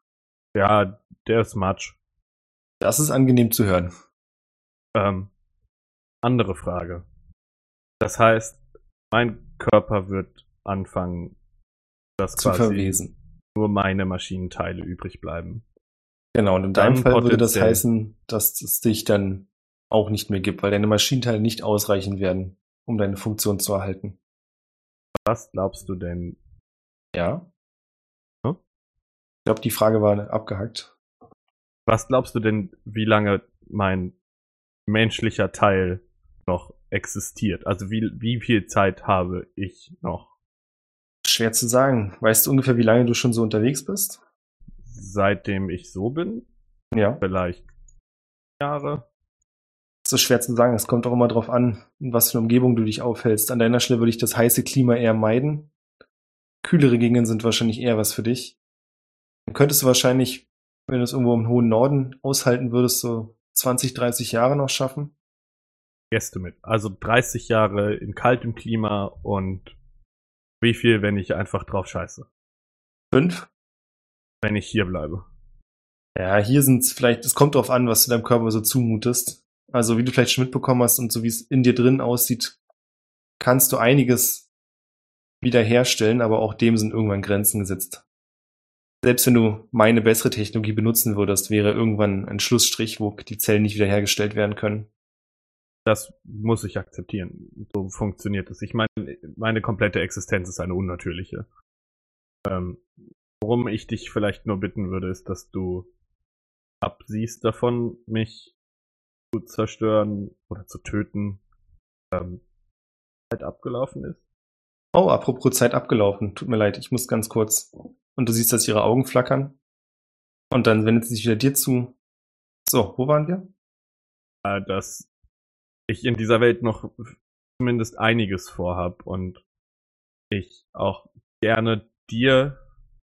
Ja, der ist Matsch. das ist angenehm zu hören. Ähm, andere Frage. Das heißt, mein Körper wird anfangen, dass Zu quasi verwesen. nur meine Maschinenteile übrig bleiben. Genau, und in deinem Dann Fall würde das potenziell- heißen, dass es dich dann auch nicht mehr gibt, weil deine Maschinenteile nicht ausreichen werden, um deine Funktion zu erhalten. Was glaubst du denn? Ja? Hm? Ich glaube, die Frage war abgehackt. Was glaubst du denn, wie lange mein menschlicher Teil noch existiert? Also wie, wie viel Zeit habe ich noch? Schwer zu sagen. Weißt du ungefähr, wie lange du schon so unterwegs bist? Seitdem ich so bin? Ja. Vielleicht Jahre? Das ist schwer zu sagen. Es kommt auch immer drauf an, in was für eine Umgebung du dich aufhältst. An deiner Stelle würde ich das heiße Klima eher meiden. Kühlere Gegenden sind wahrscheinlich eher was für dich. Dann könntest du wahrscheinlich, wenn du es irgendwo im hohen Norden aushalten würdest, so zwanzig, dreißig Jahre noch schaffen. Gäste mit. Also dreißig Jahre in kaltem Klima und wie viel, wenn ich einfach drauf scheiße? Fünf? Wenn ich hier bleibe. Ja, hier sind es vielleicht, es kommt drauf an, was du deinem Körper so zumutest. Also wie du vielleicht schon mitbekommen hast und so wie es in dir drin aussieht, kannst du einiges wiederherstellen, aber auch dem sind irgendwann Grenzen gesetzt. Selbst wenn du meine bessere Technologie benutzen würdest, wäre irgendwann ein Schlussstrich, wo die Zellen nicht wiederhergestellt werden können. Das muss ich akzeptieren. So funktioniert es. Ich meine, meine komplette Existenz ist eine unnatürliche. Ähm, worum ich dich vielleicht nur bitten würde, ist, dass du absiehst davon, mich zu zerstören oder zu töten, ähm, Zeit abgelaufen ist. Oh, apropos Zeit abgelaufen. Tut mir leid, ich muss ganz kurz. Und du siehst, dass ihre Augen flackern. Und dann wendet sie sich wieder dir zu. So, wo waren wir? Äh, dass ich in dieser Welt noch zumindest einiges vorhab und ich auch gerne dir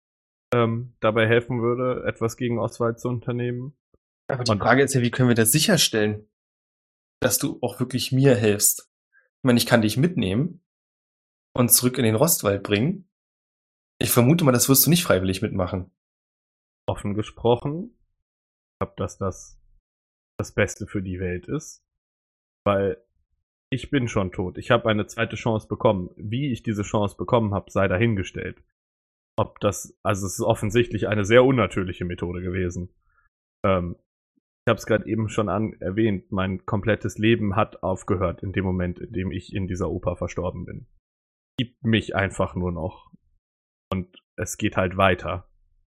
ähm, dabei helfen würde, etwas gegen Oswald zu unternehmen. Aber die Und- Frage ist ja, wie können wir das sicherstellen, dass du auch wirklich mir hilfst? Ich meine, ich kann dich mitnehmen und zurück in den Rostwald bringen. Ich vermute mal, das wirst du nicht freiwillig mitmachen. Offen gesprochen, ich glaube, dass das das Beste für die Welt ist, weil ich bin schon tot. Ich habe eine zweite Chance bekommen. Wie ich diese Chance bekommen habe, sei dahingestellt. Ob das, also es ist offensichtlich eine sehr unnatürliche Methode gewesen. Ähm, ich habe es gerade eben schon an, erwähnt, mein komplettes Leben hat aufgehört in dem Moment, in dem ich in dieser Oper verstorben bin. Gibt mich einfach nur noch. Und es geht halt weiter.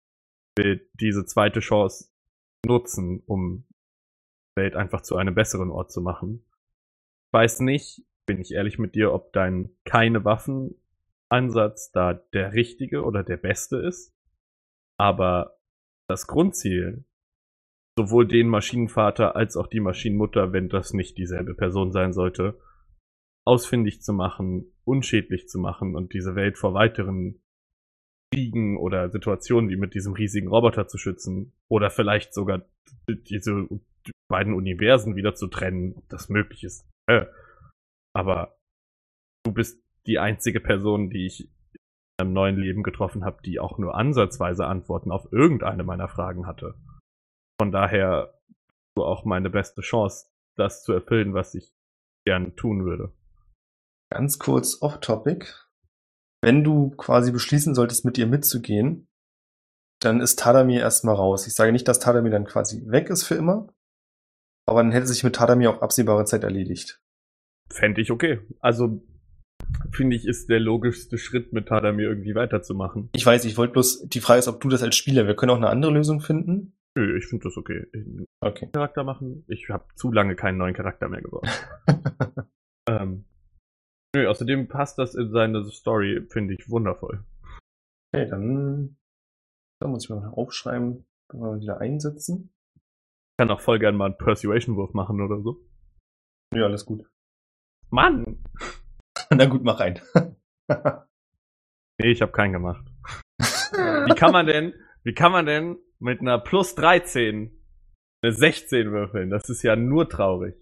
will diese zweite Chance nutzen, um die Welt einfach zu einem besseren Ort zu machen. Ich weiß nicht, bin ich ehrlich mit dir, ob dein keine Waffen-Ansatz da der richtige oder der beste ist. Aber das Grundziel, sowohl den Maschinenvater als auch die Maschinenmutter, wenn das nicht dieselbe Person sein sollte, ausfindig zu machen, unschädlich zu machen und diese Welt vor weiteren Kriegen oder Situationen wie mit diesem riesigen Roboter zu schützen oder vielleicht sogar diese beiden Universen wieder zu trennen, ob das möglich ist. Äh. Aber du bist die einzige Person, die ich in einem neuen Leben getroffen habe, die auch nur ansatzweise Antworten auf irgendeine meiner Fragen hatte. Von daher du auch meine beste Chance, das zu erfüllen, was ich gern tun würde. Ganz kurz off-topic. Wenn du quasi beschließen solltest, mit ihr mitzugehen, dann ist Tadamir erstmal raus. Ich sage nicht, dass Tadamir dann quasi weg ist für immer, aber dann hätte sich mit Tadamir auf absehbare Zeit erledigt. Fände ich okay. Also, finde ich, ist der logischste Schritt, mit Tadamir irgendwie weiterzumachen. Ich weiß, ich wollte bloß, die Frage ist, ob du das als Spieler, wir können auch eine andere Lösung finden. Nö, ich finde das okay. Okay. Charakter machen. Ich habe zu lange keinen neuen Charakter mehr gebaut. ähm, nö, außerdem passt das in seine Story, finde ich wundervoll. Okay, dann, dann muss ich mal aufschreiben, dann mal wieder einsetzen. Ich kann auch voll gern mal einen Persuasion-Wurf machen oder so. Ja, alles gut. Mann! Na gut, mach rein. Nee, ich habe keinen gemacht. Wie kann man denn, wie kann man denn mit einer plus dreizehn eine sechzehn würfeln? Das ist ja nur traurig.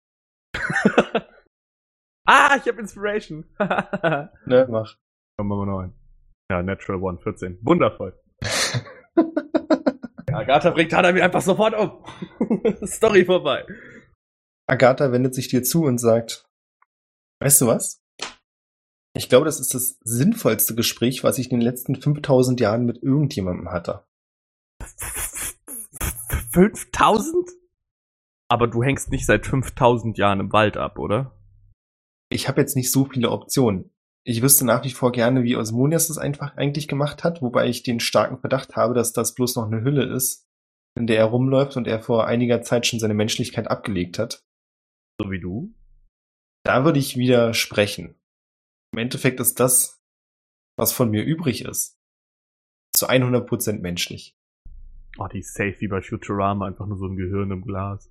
Ah, ich habe Inspiration. Ne, mach. Komm, machen wir noch einen. Ja, Natural One, vierzehn. Wundervoll. Agatha bringt Tadamir einfach sofort um. Story vorbei. Agatha wendet sich dir zu und sagt, weißt du was? Ich glaube, das ist das sinnvollste Gespräch, was ich in den letzten fünftausend Jahren mit irgendjemandem hatte. fünftausend? Aber du hängst nicht seit fünftausend Jahren im Wald ab, oder? Ich habe jetzt nicht so viele Optionen. Ich wüsste nach wie vor gerne, wie Osmonias das einfach eigentlich gemacht hat, wobei ich den starken Verdacht habe, dass das bloß noch eine Hülle ist, in der er rumläuft und er vor einiger Zeit schon seine Menschlichkeit abgelegt hat. So wie du? Da würde ich widersprechen. Im Endeffekt ist das, was von mir übrig ist, zu hundert Prozent menschlich. Oh, die ist safe wie bei Futurama, einfach nur so ein Gehirn im Glas.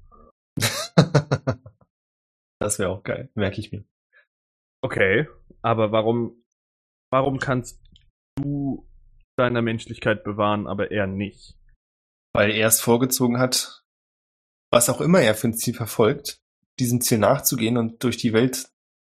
Das wäre auch geil, merke ich mir. Okay, aber warum, warum kannst du deine Menschlichkeit bewahren, aber er nicht? Weil er es vorgezogen hat, was auch immer er für ein Ziel verfolgt, diesem Ziel nachzugehen und durch die Welt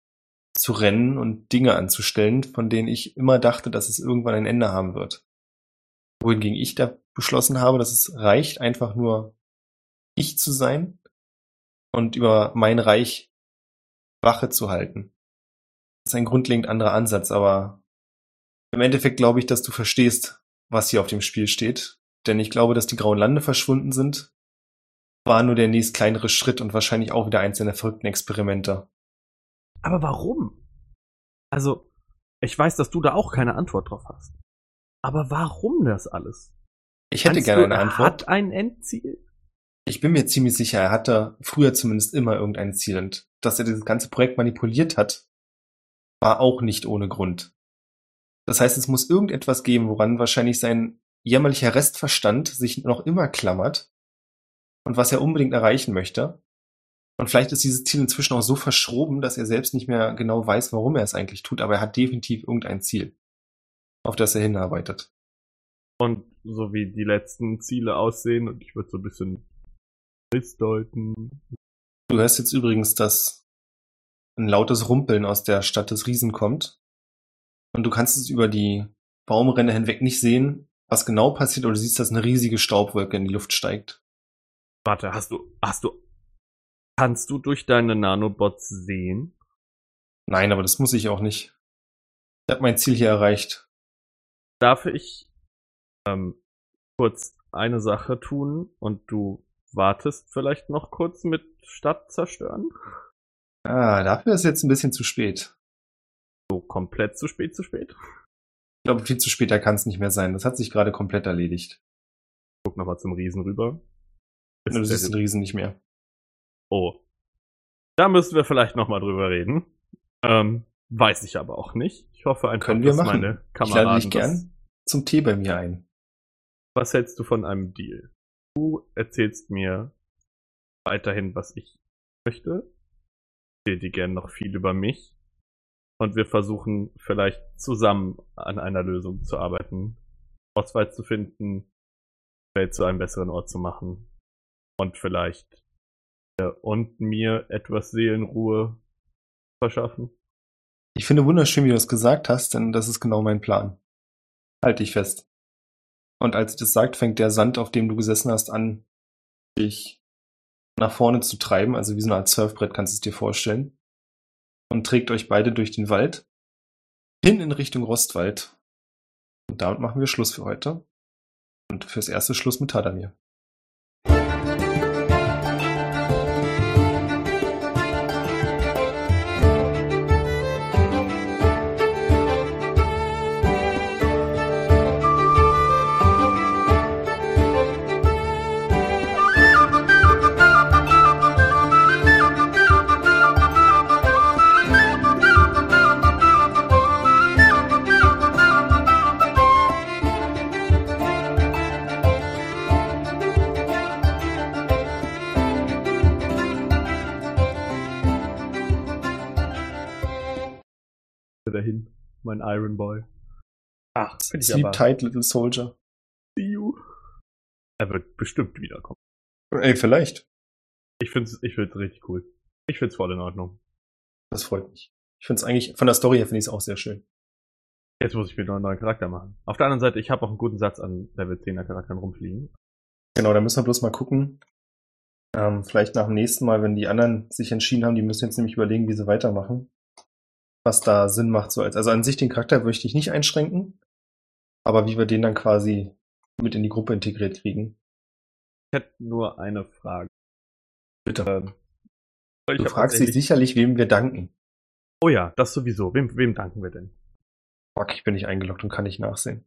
zu rennen und Dinge anzustellen, von denen ich immer dachte, dass es irgendwann ein Ende haben wird. Wohingegen ich da beschlossen habe, dass es reicht, einfach nur ich zu sein und über mein Reich Wache zu halten. Das ist ein grundlegend anderer Ansatz, aber im Endeffekt glaube ich, dass du verstehst, was hier auf dem Spiel steht. Denn ich glaube, dass die Grauen Lande verschwunden sind, war nur der nächst kleinere Schritt und wahrscheinlich auch wieder eins seiner verrückten Experimente. Aber warum? Also, ich weiß, dass du da auch keine Antwort drauf hast. Aber warum das alles? Ich hätte Meinst gerne du, eine er Antwort. Hat ein Endziel? Ich bin mir ziemlich sicher, er hatte früher zumindest immer irgendein Ziel. Und dass er dieses ganze Projekt manipuliert hat, war auch nicht ohne Grund. Das heißt, es muss irgendetwas geben, woran wahrscheinlich sein jämmerlicher Restverstand sich noch immer klammert und was er unbedingt erreichen möchte. Und vielleicht ist dieses Ziel inzwischen auch so verschroben, dass er selbst nicht mehr genau weiß, warum er es eigentlich tut, aber er hat definitiv irgendein Ziel, auf das er hinarbeitet. Und so wie die letzten Ziele aussehen, und ich würde so ein bisschen missdeuten. Du hörst jetzt übrigens, dass ein lautes Rumpeln aus der Stadt des Riesen kommt. Und du kannst es über die Baumränder hinweg nicht sehen, was genau passiert, oder du siehst, dass eine riesige Staubwolke in die Luft steigt. Warte, hast du, hast du, kannst du durch deine Nanobots sehen? Nein, aber das muss ich auch nicht. Ich habe mein Ziel hier erreicht. Darf ich ähm, kurz eine Sache tun und du wartest vielleicht noch kurz mit Stadt zerstören? Ah, dafür ist jetzt ein bisschen zu spät. So komplett zu spät, zu spät? Ich glaube, viel zu später kann es nicht mehr sein. Das hat sich gerade komplett erledigt. Guck nochmal zum Riesen rüber. Ist Du der siehst jetzt- den Riesen nicht mehr. Oh. Da müssen wir vielleicht nochmal drüber reden. Ähm, weiß ich aber auch nicht. Ich hoffe einfach, Können wir dass machen. meine Ich lade Kameraden dich das... gern zum Tee bei mir ein. Was hältst du von einem Deal? Du erzählst mir weiterhin, was ich möchte. Ich erzähle dir gern noch viel über mich. Und wir versuchen vielleicht zusammen an einer Lösung zu arbeiten. Oswald zu finden, die Welt zu einem besseren Ort zu machen. Und vielleicht äh, und mir etwas Seelenruhe verschaffen. Ich finde wunderschön, wie du das gesagt hast, denn das ist genau mein Plan. Halt dich fest. Und als ich das sagt, fängt der Sand, auf dem du gesessen hast, an, dich nach vorne zu treiben, also wie so eine Art Surfbrett kannst du es dir vorstellen. Und trägt euch beide durch den Wald hin in Richtung Rostwald. Und damit machen wir Schluss für heute. Und fürs erste Schluss mit Tadamir. Dahin, mein Iron Boy. Ach, finde ich Sleep aber... tight, little soldier. See you. Er wird bestimmt wiederkommen. Ey, vielleicht. Ich find's, ich find's richtig cool. Ich find's voll in Ordnung. Das freut mich. Ich finde es eigentlich, von der Story her finde ich es auch sehr schön. Jetzt muss ich mir noch einen neuen Charakter machen. Auf der anderen Seite, ich habe auch einen guten Satz an Level zehner Charakteren rumfliegen. Genau, da müssen wir bloß mal gucken. Ähm, vielleicht nach dem nächsten Mal, wenn die anderen sich entschieden haben, die müssen jetzt nämlich überlegen, wie sie weitermachen. Was da Sinn macht. So als, also an sich den Charakter möchte ich nicht einschränken, aber wie wir den dann quasi mit in die Gruppe integriert kriegen. Ich hätte nur eine Frage. Bitte. Ähm, ich Du hab fragst dich tatsächlich- sicherlich, wem wir danken. Oh ja, das sowieso. Wem, wem danken wir denn? Fuck, ich bin nicht eingeloggt und kann nicht nachsehen.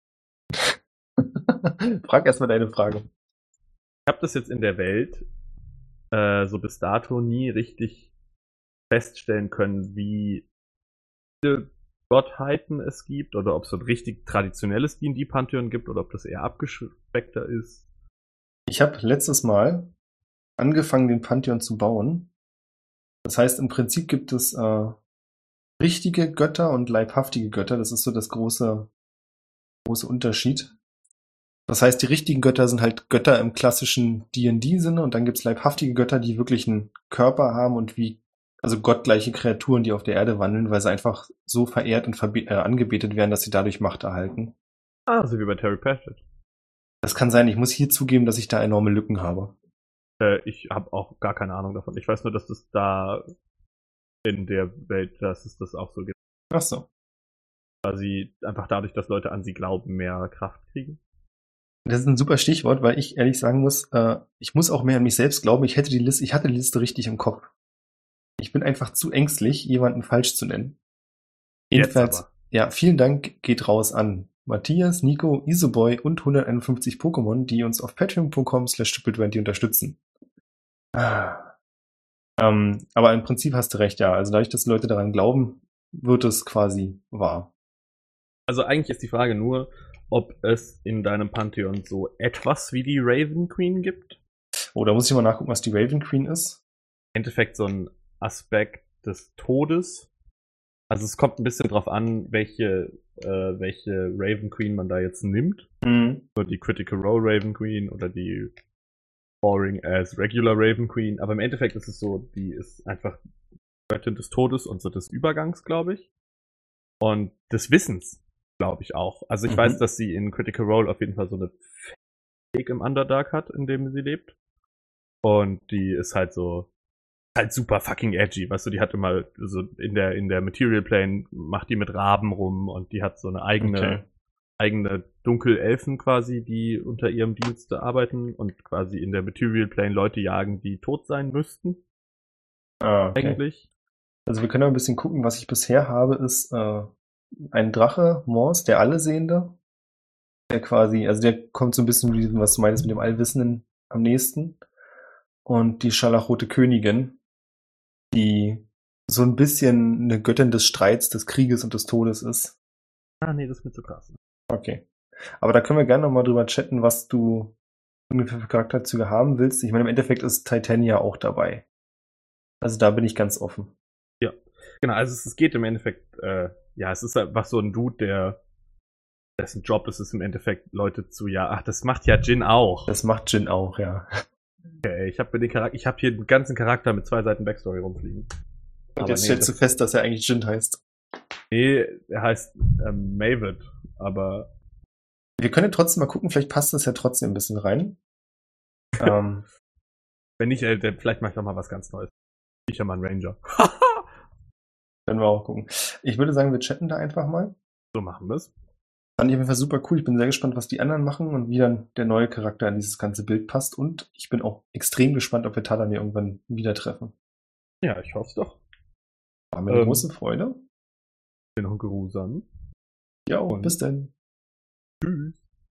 Frag erstmal deine Frage. Ich habe das jetzt in der Welt äh, so bis dato nie richtig feststellen können, wie viele Gottheiten es gibt oder ob es so ein richtig traditionelles D und D-Pantheon gibt oder ob das eher abgespeckter ist. Ich habe letztes Mal angefangen, den Pantheon zu bauen. Das heißt, im Prinzip gibt es äh, richtige Götter und leibhaftige Götter. Das ist so das große, große Unterschied. Das heißt, die richtigen Götter sind halt Götter im klassischen D und D-Sinne und dann gibt's leibhaftige Götter, die wirklich einen Körper haben und wie, also gottgleiche Kreaturen, die auf der Erde wandeln, weil sie einfach so verehrt und verbe- äh, angebetet werden, dass sie dadurch Macht erhalten. Ah, so wie bei Terry Pratchett. Das kann sein. Ich muss hier zugeben, dass ich da enorme Lücken habe. Äh, ich habe auch gar keine Ahnung davon. Ich weiß nur, dass es da in der Welt, dass es das auch so gibt. Ach so. Quasi einfach dadurch, dass Leute an sie glauben, mehr Kraft kriegen. Das ist ein super Stichwort, weil ich ehrlich sagen muss, äh, ich muss auch mehr an mich selbst glauben. Ich hätte die Liste, ich hatte die Liste richtig im Kopf. Ich bin einfach zu ängstlich, jemanden falsch zu nennen. Jetzt Jedenfalls, aber. ja, vielen Dank geht raus an Matthias, Nico, Isoboy und hunderteinundfünfzig Pokémon, die uns auf patreon punkt com slash triple twenty unterstützen. Ah. Ähm, aber im Prinzip hast du recht, ja. Also dadurch, dass Leute daran glauben, wird es quasi wahr. Also eigentlich ist die Frage nur, ob es in deinem Pantheon so etwas wie die Raven Queen gibt. Oh, da muss ich mal nachgucken, was die Raven Queen ist. Im Endeffekt so ein Aspekt des Todes. Also es kommt ein bisschen drauf an, welche, äh, welche Raven Queen man da jetzt nimmt. Mhm. So die Critical Role Raven Queen oder die Boring as Regular Raven Queen. Aber im Endeffekt ist es so, die ist einfach Göttin des Todes und so des Übergangs, glaube ich. Und des Wissens, glaube ich auch. Also ich Mhm. weiß, dass sie in Critical Role auf jeden Fall so eine Weg im Underdark hat, in dem sie lebt. Und die ist halt so halt super fucking edgy, weißt du, die hat immer so in der in der Material Plane macht die mit Raben rum und die hat so eine eigene Okay. eigene Dunkelelfen quasi, die unter ihrem Dienste arbeiten und quasi in der Material Plane Leute jagen, die tot sein müssten, Ah, okay. eigentlich. Also wir können mal ein bisschen gucken, was ich bisher habe, ist äh, ein Drache, Mors, der Allesehende. der quasi, also der kommt so ein bisschen wie diesem, was du meinst mit dem Allwissenden am nächsten. Und die Scharlachrote Königin, die so ein bisschen eine Göttin des Streits, des Krieges und des Todes ist. Ah, nee, das ist mir zu krass. Okay. Aber da können wir gerne nochmal drüber chatten, was du ungefähr für Charakterzüge haben willst. Ich meine, im Endeffekt ist Titania auch dabei. Also da bin ich ganz offen. Ja, genau, also es, es geht im Endeffekt, äh, ja, es ist einfach so ein Dude, der dessen Job ist es im Endeffekt, Leute zu, ja, ach, das macht ja Jin auch. Das macht Jin auch, ja. Okay, ich habe den Charakter, ich habe hier einen ganzen Charakter mit zwei Seiten Backstory rumfliegen. Und Aber jetzt nee, stellst du das- fest, dass er eigentlich Jin heißt. Nee, er heißt ähm, Mavid, aber Wir können ja trotzdem mal gucken, vielleicht passt das ja trotzdem ein bisschen rein. ähm, wenn nicht, äh, der, vielleicht mache ich auch mal was ganz Neues. Ich ja mal ein Ranger. können wir auch gucken. Ich würde sagen, wir chatten da einfach mal. So machen wir's. Fand ich auf jeden Fall super cool. Ich bin sehr gespannt, was die anderen machen und wie dann der neue Charakter in dieses ganze Bild passt. Und ich bin auch extrem gespannt, ob wir Tadamir irgendwann wieder treffen. Ja, ich hoffe doch. War mir eine Ähm, große Freude. Bin noch ein Grusan. Ja, und- bis dann. Tschüss.